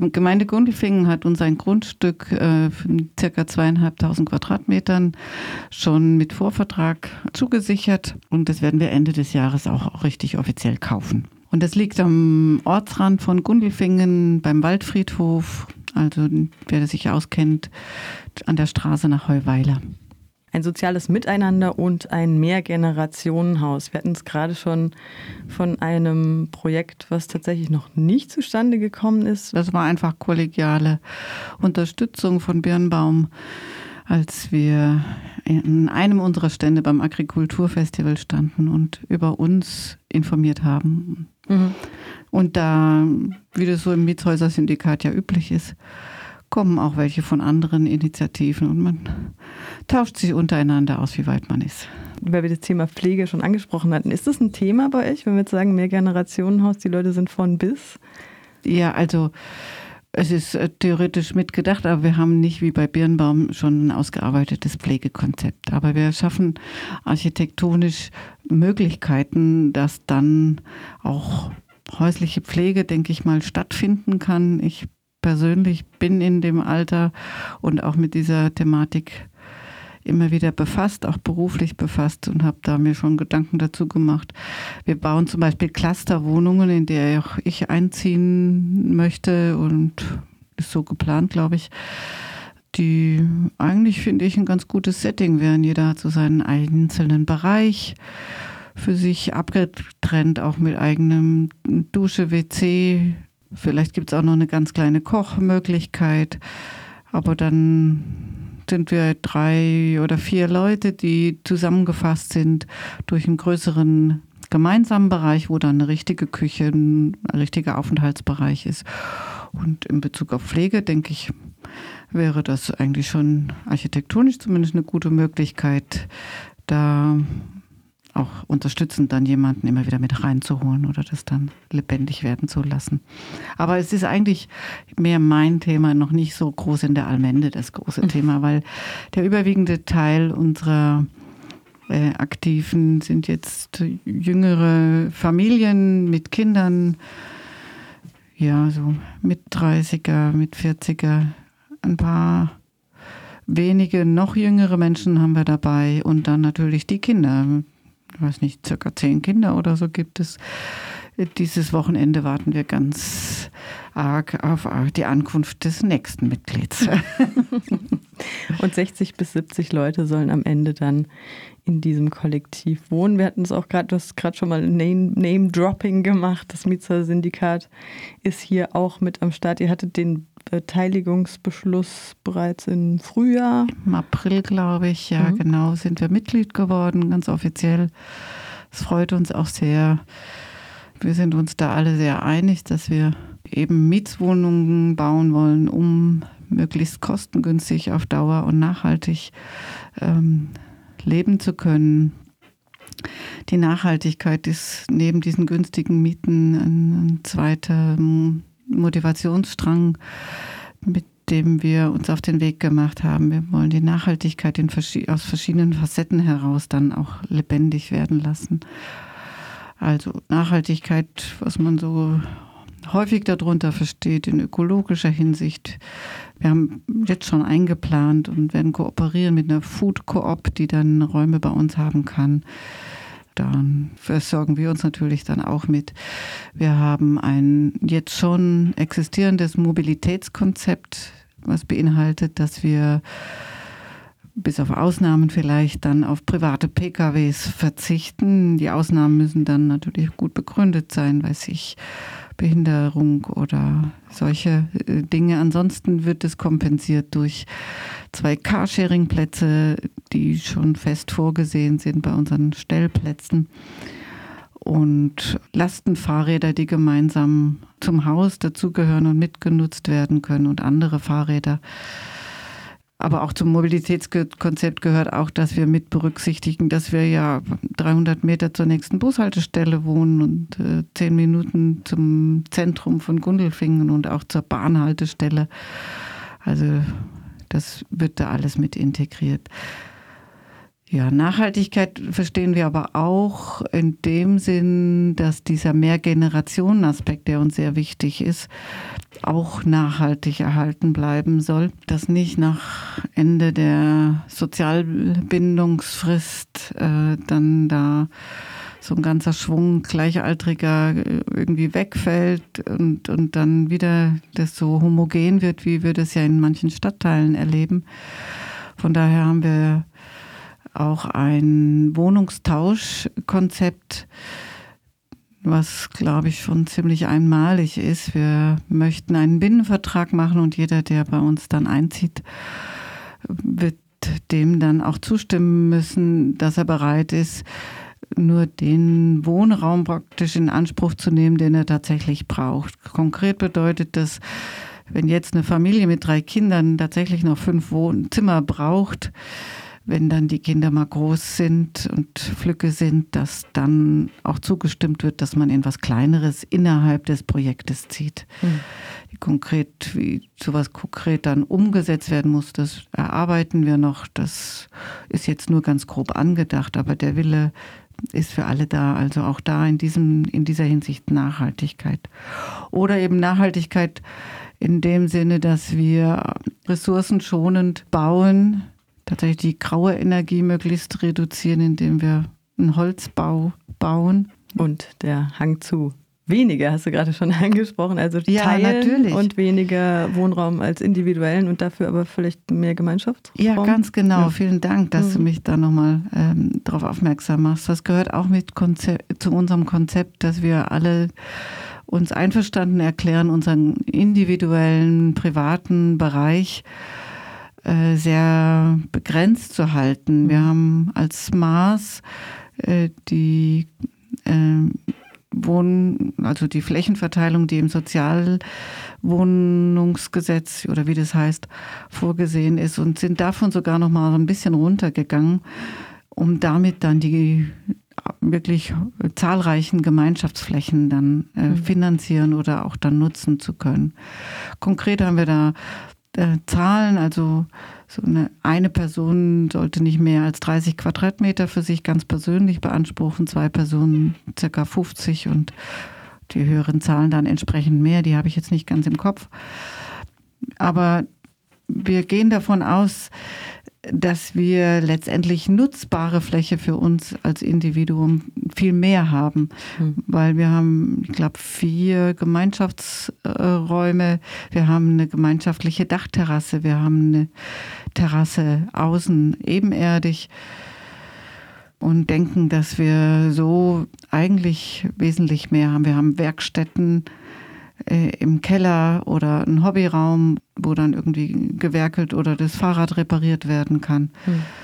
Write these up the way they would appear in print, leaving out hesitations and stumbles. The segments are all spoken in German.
Gemeinde Gundelfingen hat uns ein Grundstück von ca. 2.500 Quadratmetern schon mit Vorvertrag zugesichert und das werden wir Ende des Jahres auch richtig offiziell kaufen. Und das liegt am Ortsrand von Gundelfingen beim Waldfriedhof, also wer sich auskennt, an der Straße nach Heuweiler. Ein soziales Miteinander und ein Mehrgenerationenhaus. Wir hatten es gerade schon von einem Projekt, was tatsächlich noch nicht zustande gekommen ist. Das war einfach kollegiale Unterstützung von Birnbaum, als wir in einem unserer Stände beim Agrikulturfestival standen und über uns informiert haben. Mhm. Und da, wie das so im Mietshäuser-Syndikat ja üblich ist, kommen auch welche von anderen Initiativen und man tauscht sich untereinander aus, wie weit man ist. Weil wir das Thema Pflege schon angesprochen hatten, ist das ein Thema bei euch, wenn wir jetzt sagen Mehrgenerationenhaus, die Leute sind von bis? Ja, also es ist theoretisch mitgedacht, aber wir haben nicht wie bei Birnbaum schon ein ausgearbeitetes Pflegekonzept. Aber wir schaffen architektonisch Möglichkeiten, dass dann auch häusliche Pflege, denke ich mal, stattfinden kann. Ich persönlich bin in dem Alter und auch mit dieser Thematik immer wieder befasst, auch beruflich befasst und habe da mir schon Gedanken dazu gemacht. Wir bauen zum Beispiel Clusterwohnungen, in der auch ich einziehen möchte und ist so geplant, glaube ich, die eigentlich, finde ich, ein ganz gutes Setting wären. Jeder hat so seinen einzelnen Bereich für sich abgetrennt, auch mit eigenem Dusche, WC. Vielleicht gibt es auch noch eine ganz kleine Kochmöglichkeit, aber dann sind wir 3 oder 4 Leute, die zusammengefasst sind durch einen größeren gemeinsamen Bereich, wo dann eine richtige Küche, ein richtiger Aufenthaltsbereich ist. Und in Bezug auf Pflege, denke ich, wäre das eigentlich schon architektonisch zumindest eine gute Möglichkeit, da auch unterstützend dann jemanden immer wieder mit reinzuholen oder das dann lebendig werden zu lassen. Aber es ist eigentlich mehr mein Thema, noch nicht so groß in der Allmende das große Thema, weil der überwiegende Teil unserer Aktiven sind jetzt jüngere Familien mit Kindern, ja, so mit 30er, mit 40er, ein paar wenige noch jüngere Menschen haben wir dabei und dann natürlich die Kinder. Ich weiß nicht, circa 10 Kinder oder so gibt es. Dieses Wochenende warten wir ganz arg auf die Ankunft des nächsten Mitglieds. Und 60 bis 70 Leute sollen am Ende dann in diesem Kollektiv wohnen. Wir hatten es auch gerade, du hast gerade schon mal Name-Dropping gemacht. Das Mietshäuser-Syndikat ist hier auch mit am Start. Ihr hattet den Beteiligungsbeschluss bereits im Frühjahr. Im April, glaube ich, ja, genau, sind wir Mitglied geworden, ganz offiziell. Es freut uns auch sehr. Wir sind uns da alle sehr einig, dass wir eben Mietswohnungen bauen wollen, um möglichst kostengünstig auf Dauer und nachhaltig leben zu können. Die Nachhaltigkeit ist neben diesen günstigen Mieten ein zweiter Motivationsstrang, mit dem wir uns auf den Weg gemacht haben. Wir wollen die Nachhaltigkeit aus verschiedenen Facetten heraus dann auch lebendig werden lassen. Also Nachhaltigkeit, was man so häufig darunter versteht, in ökologischer Hinsicht. Wir haben jetzt schon eingeplant und werden kooperieren mit einer Food Coop, die dann Räume bei uns haben kann. Dann versorgen wir uns natürlich dann auch mit. Wir haben ein jetzt schon existierendes Mobilitätskonzept, was beinhaltet, dass wir bis auf Ausnahmen vielleicht dann auf private PKWs verzichten. Die Ausnahmen müssen dann natürlich gut begründet sein, weiß ich, Behinderung oder solche Dinge. Ansonsten wird es kompensiert durch 2 Carsharing-Plätze, die schon fest vorgesehen sind bei unseren Stellplätzen. Und Lastenfahrräder, die gemeinsam zum Haus dazugehören und mitgenutzt werden können und andere Fahrräder. Aber auch zum Mobilitätskonzept gehört auch, dass wir mit berücksichtigen, dass wir ja 300 Meter zur nächsten Bushaltestelle wohnen und 10 Minuten zum Zentrum von Gundelfingen und auch zur Bahnhaltestelle. Also das wird da alles mit integriert. Ja, Nachhaltigkeit verstehen wir aber auch in dem Sinn, dass dieser Mehrgenerationen-Aspekt, der uns sehr wichtig ist, auch nachhaltig erhalten bleiben soll. Dass nicht nach Ende der Sozialbindungsfrist dann da so ein ganzer Schwung Gleichaltriger irgendwie wegfällt und dann wieder das so homogen wird, wie wir das ja in manchen Stadtteilen erleben. Von daher haben wir auch ein Wohnungstauschkonzept, was, glaube ich, schon ziemlich einmalig ist. Wir möchten einen Binnenvertrag machen und jeder, der bei uns dann einzieht, wird dem dann auch zustimmen müssen, dass er bereit ist, nur den Wohnraum praktisch in Anspruch zu nehmen, den er tatsächlich braucht. Konkret bedeutet das, wenn jetzt eine Familie mit 3 Kindern tatsächlich noch 5 Wohnzimmer braucht, wenn dann die Kinder mal groß sind und flügge sind, dass dann auch zugestimmt wird, dass man in was Kleineres innerhalb des Projektes zieht. Wie sowas konkret dann umgesetzt werden muss, das erarbeiten wir noch. Das ist jetzt nur ganz grob angedacht, aber der Wille ist für alle da. Also auch da in dieser Hinsicht Nachhaltigkeit. Oder eben Nachhaltigkeit in dem Sinne, dass wir ressourcenschonend bauen, tatsächlich die graue Energie möglichst reduzieren, indem wir einen Holzbau bauen. Und der Hang zu weniger, hast du gerade schon angesprochen, also teilen natürlich. Und weniger Wohnraum als individuellen und dafür aber vielleicht mehr Gemeinschaftsraum. Ja, ganz genau. Ja. Vielen Dank, dass du mich da nochmal darauf aufmerksam machst. Das gehört auch mit zu unserem Konzept, dass wir alle uns einverstanden erklären, unseren individuellen, privaten Bereich sehr begrenzt zu halten. Wir haben als Maß die Flächenverteilung, die im Sozialwohnungsgesetz oder wie das heißt, vorgesehen ist und sind davon sogar noch mal so ein bisschen runtergegangen, um damit dann die wirklich zahlreichen Gemeinschaftsflächen dann finanzieren oder auch dann nutzen zu können. Konkret haben wir da Zahlen, also so eine Person sollte nicht mehr als 30 Quadratmeter für sich ganz persönlich beanspruchen, 2 Personen ca. 50 und die höheren Zahlen dann entsprechend mehr, die habe ich jetzt nicht ganz im Kopf. Aber wir gehen davon aus, dass wir letztendlich nutzbare Fläche für uns als Individuum viel mehr haben, weil wir haben, ich glaube, 4 Gemeinschaftsräume, wir haben eine gemeinschaftliche Dachterrasse, wir haben eine Terrasse außen ebenerdig und denken, dass wir so eigentlich wesentlich mehr haben. Wir haben Werkstätten im Keller oder einen Hobbyraum, wo dann irgendwie gewerkelt oder das Fahrrad repariert werden kann.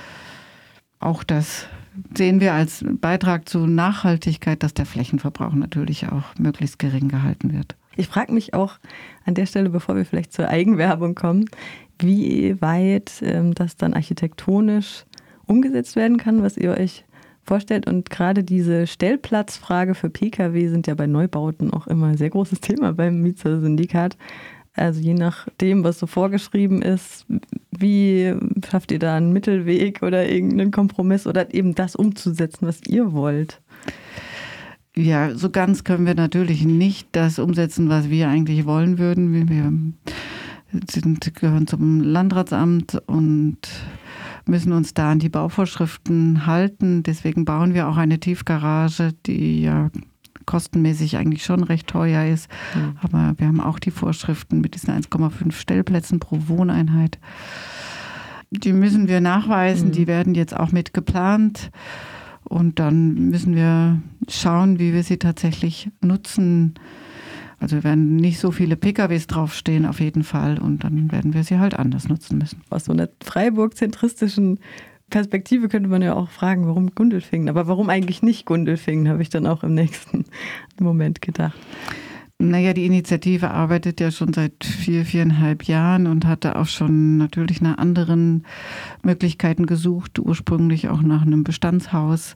Auch das sehen wir als Beitrag zu Nachhaltigkeit, dass der Flächenverbrauch natürlich auch möglichst gering gehalten wird. Ich frage mich auch an der Stelle, bevor wir vielleicht zur Eigenwerbung kommen, wie weit das dann architektonisch umgesetzt werden kann, was ihr euch vorstellt. Und gerade diese Stellplatzfrage für Pkw sind ja bei Neubauten auch immer ein sehr großes Thema beim Mietersyndikat. Also je nachdem, was so vorgeschrieben ist, wie schafft ihr da einen Mittelweg oder irgendeinen Kompromiss oder eben das umzusetzen, was ihr wollt? Ja, so ganz können wir natürlich nicht das umsetzen, was wir eigentlich wollen würden. Wir gehören zum Landratsamt und müssen uns da an die Bauvorschriften halten. Deswegen bauen wir auch eine Tiefgarage, die ja kostenmäßig eigentlich schon recht teuer ist. Aber wir haben auch die Vorschriften mit diesen 1,5 Stellplätzen pro Wohneinheit. Die müssen wir nachweisen, die werden jetzt auch mit geplant. Und dann müssen wir schauen, wie wir sie tatsächlich nutzen. Also werden nicht so viele PKWs draufstehen auf jeden Fall und dann werden wir sie halt anders nutzen müssen. Aus so einer freiburg-zentristischen Perspektive könnte man ja auch fragen, warum Gundelfingen? Aber warum eigentlich nicht Gundelfingen, habe ich dann auch im nächsten Moment gedacht. Naja, die Initiative arbeitet ja schon seit 4,5 Jahren und hatte auch schon natürlich nach anderen Möglichkeiten gesucht, ursprünglich auch nach einem Bestandshaus.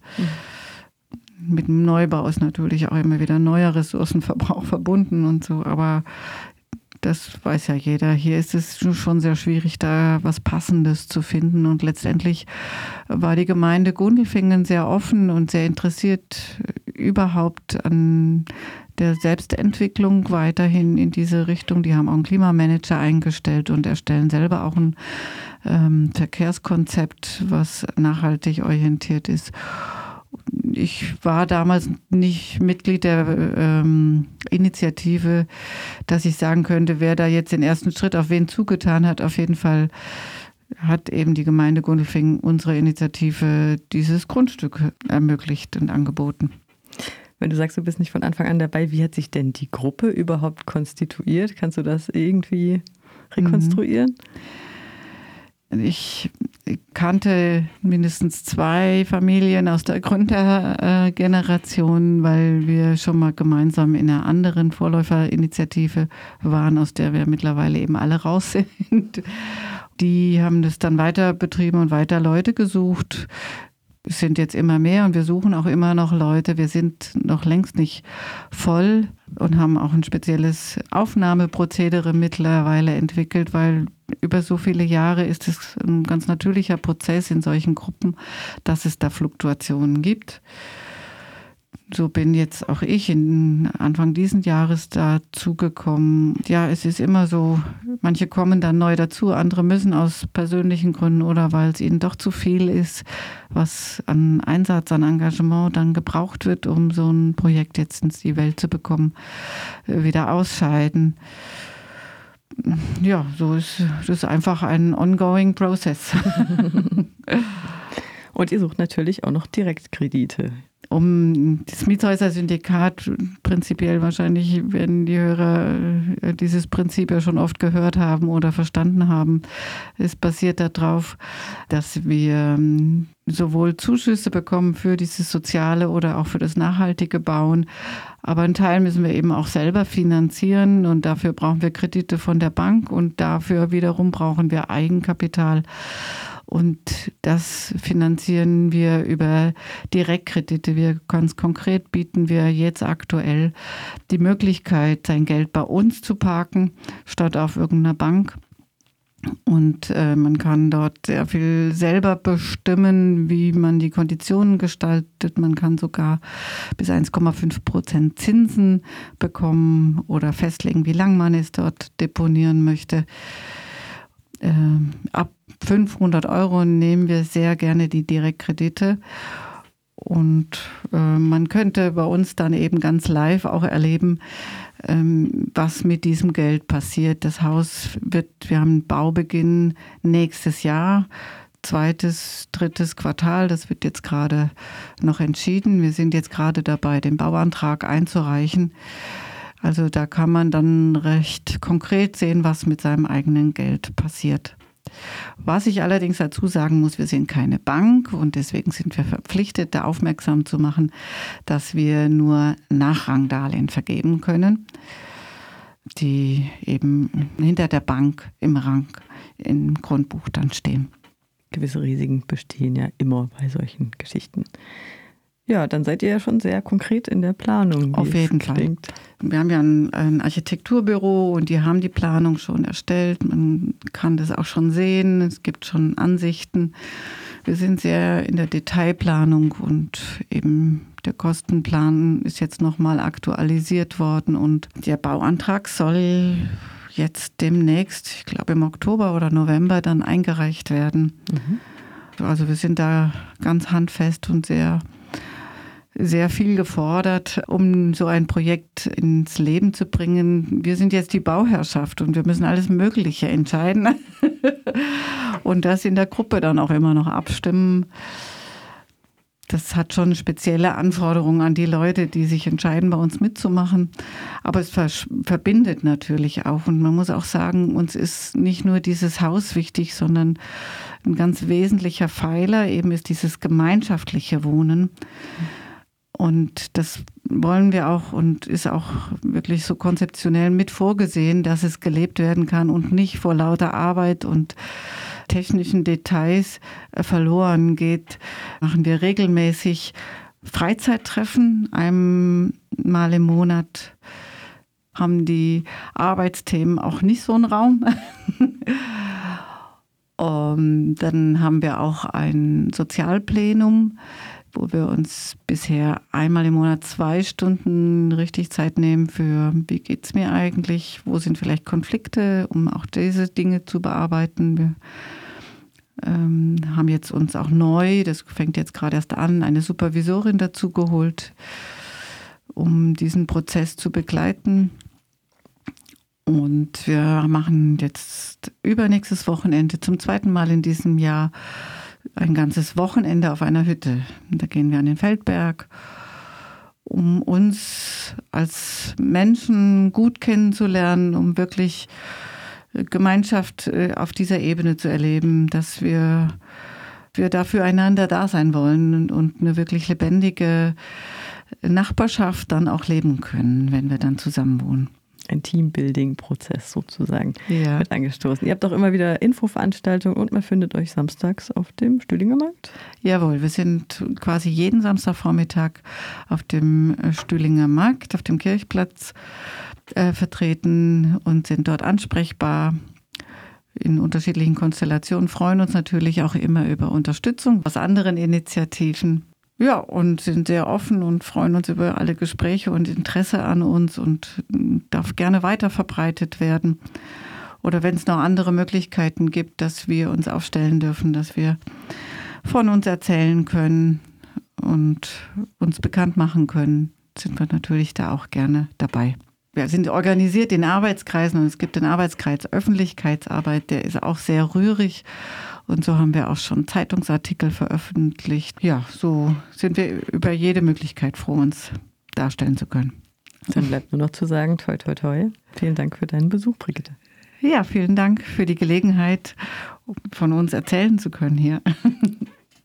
Mit dem Neubau ist natürlich auch immer wieder neuer Ressourcenverbrauch verbunden und so, aber das weiß ja jeder. Hier ist es schon sehr schwierig, da was Passendes zu finden. Und letztendlich war die Gemeinde Gundelfingen sehr offen und sehr interessiert überhaupt an der Selbstentwicklung weiterhin in diese Richtung. Die haben auch einen Klimamanager eingestellt und erstellen selber auch ein Verkehrskonzept, was nachhaltig orientiert ist. Ich war damals nicht Mitglied der Initiative, dass ich sagen könnte, wer da jetzt den ersten Schritt auf wen zugetan hat. Auf jeden Fall hat eben die Gemeinde Gundelfingen unserer Initiative dieses Grundstück ermöglicht und angeboten. Wenn du sagst, du bist nicht von Anfang an dabei, wie hat sich denn die Gruppe überhaupt konstituiert? Kannst du das irgendwie rekonstruieren? Ich kannte mindestens 2 Familien aus der Gründergeneration, weil wir schon mal gemeinsam in einer anderen Vorläuferinitiative waren, aus der wir mittlerweile eben alle raus sind. Die haben das dann weiter betrieben und weiter Leute gesucht. Es sind jetzt immer mehr und wir suchen auch immer noch Leute. Wir sind noch längst nicht voll und haben auch ein spezielles Aufnahmeprozedere mittlerweile entwickelt, weil über so viele Jahre ist es ein ganz natürlicher Prozess in solchen Gruppen, dass es da Fluktuationen gibt. So bin jetzt auch ich Anfang dieses Jahres dazugekommen. Ja, es ist immer so, manche kommen dann neu dazu, andere müssen aus persönlichen Gründen oder weil es ihnen doch zu viel ist, was an Einsatz, an Engagement dann gebraucht wird, um so ein Projekt jetzt in die Welt zu bekommen, wieder ausscheiden. Ja, so ist das einfach ein ongoing process. Und ihr sucht natürlich auch noch Direktkredite. Um das Mietshäuser-Syndikat, prinzipiell wahrscheinlich werden die Hörer dieses Prinzip ja schon oft gehört haben oder verstanden haben. Es basiert darauf, dass wir sowohl Zuschüsse bekommen für dieses soziale oder auch für das nachhaltige Bauen. Aber einen Teil müssen wir eben auch selber finanzieren und dafür brauchen wir Kredite von der Bank und dafür wiederum brauchen wir Eigenkapital. Und das finanzieren wir über Direktkredite. Ganz konkret bieten wir jetzt aktuell die Möglichkeit, sein Geld bei uns zu parken, statt auf irgendeiner Bank. Und man kann dort sehr viel selber bestimmen, wie man die Konditionen gestaltet. Man kann sogar bis 1,5% Zinsen bekommen oder festlegen, wie lange man es dort deponieren möchte. Ab 500 € nehmen wir sehr gerne die Direktkredite. Und man könnte bei uns dann eben ganz live auch erleben, was mit diesem Geld passiert. Das Haus wir haben Baubeginn nächstes Jahr, 2., 3. Quartal, das wird jetzt gerade noch entschieden. Wir sind jetzt gerade dabei, den Bauantrag einzureichen. Also da kann man dann recht konkret sehen, was mit seinem eigenen Geld passiert. Was ich allerdings dazu sagen muss, wir sind keine Bank und deswegen sind wir verpflichtet, da aufmerksam zu machen, dass wir nur Nachrangdarlehen vergeben können, die eben hinter der Bank im Rang im Grundbuch dann stehen. Gewisse Risiken bestehen ja immer bei solchen Geschichten. Ja, dann seid ihr ja schon sehr konkret in der Planung. Auf jeden Fall. Wir haben ja ein Architekturbüro und die haben die Planung schon erstellt. Man kann das auch schon sehen. Es gibt schon Ansichten. Wir sind sehr in der Detailplanung und eben der Kostenplan ist jetzt nochmal aktualisiert worden und der Bauantrag soll jetzt demnächst, ich glaube im Oktober oder November, dann eingereicht werden. Also wir sind da ganz handfest und sehr viel gefordert, um so ein Projekt ins Leben zu bringen. Wir sind jetzt die Bauherrschaft und wir müssen alles Mögliche entscheiden und das in der Gruppe dann auch immer noch abstimmen. Das hat schon spezielle Anforderungen an die Leute, die sich entscheiden, bei uns mitzumachen. Aber es verbindet natürlich auch. Und man muss auch sagen, uns ist nicht nur dieses Haus wichtig, sondern ein ganz wesentlicher Pfeiler eben ist dieses gemeinschaftliche Wohnen. Und das wollen wir auch und ist auch wirklich so konzeptionell mit vorgesehen, dass es gelebt werden kann und nicht vor lauter Arbeit und technischen Details verloren geht. Machen wir regelmäßig Freizeittreffen, einmal im Monat. haben die Arbeitsthemen auch nicht so einen Raum. Dann haben wir auch ein Sozialplenum, wo wir uns bisher einmal im Monat 2 Stunden richtig Zeit nehmen für, wie geht es mir eigentlich, wo sind vielleicht Konflikte, um auch diese Dinge zu bearbeiten. Wir haben jetzt uns auch neu, das fängt jetzt gerade erst an, eine Supervisorin dazu geholt, um diesen Prozess zu begleiten. Und wir machen jetzt übernächstes Wochenende zum 2. Mal in diesem Jahr ein ganzes Wochenende auf einer Hütte. Da gehen wir an den Feldberg, um uns als Menschen gut kennenzulernen, um wirklich Gemeinschaft auf dieser Ebene zu erleben, dass wir da füreinander da sein wollen und eine wirklich lebendige Nachbarschaft dann auch leben können, wenn wir dann zusammen wohnen. Ein Teambuilding-Prozess sozusagen wird angestoßen. Ihr habt auch immer wieder Infoveranstaltungen und man findet euch samstags auf dem Stühlinger Markt? Jawohl, wir sind quasi jeden Samstagvormittag auf dem Stühlinger Markt, auf dem Kirchplatz vertreten und sind dort ansprechbar in unterschiedlichen Konstellationen, freuen uns natürlich auch immer über Unterstützung aus anderen Initiativen. Ja, und sind sehr offen und freuen uns über alle Gespräche und Interesse an uns und darf gerne weiter verbreitet werden. Oder wenn es noch andere Möglichkeiten gibt, dass wir uns aufstellen dürfen, dass wir von uns erzählen können und uns bekannt machen können, sind wir natürlich da auch gerne dabei. Wir sind organisiert in Arbeitskreisen und es gibt den Arbeitskreis Öffentlichkeitsarbeit, der ist auch sehr rührig. Und so haben wir auch schon Zeitungsartikel veröffentlicht. Ja, so sind wir über jede Möglichkeit froh, uns darstellen zu können. Dann bleibt nur noch zu sagen, toi, toi, toi. Vielen Dank für deinen Besuch, Brigitte. Ja, vielen Dank für die Gelegenheit, von uns erzählen zu können hier.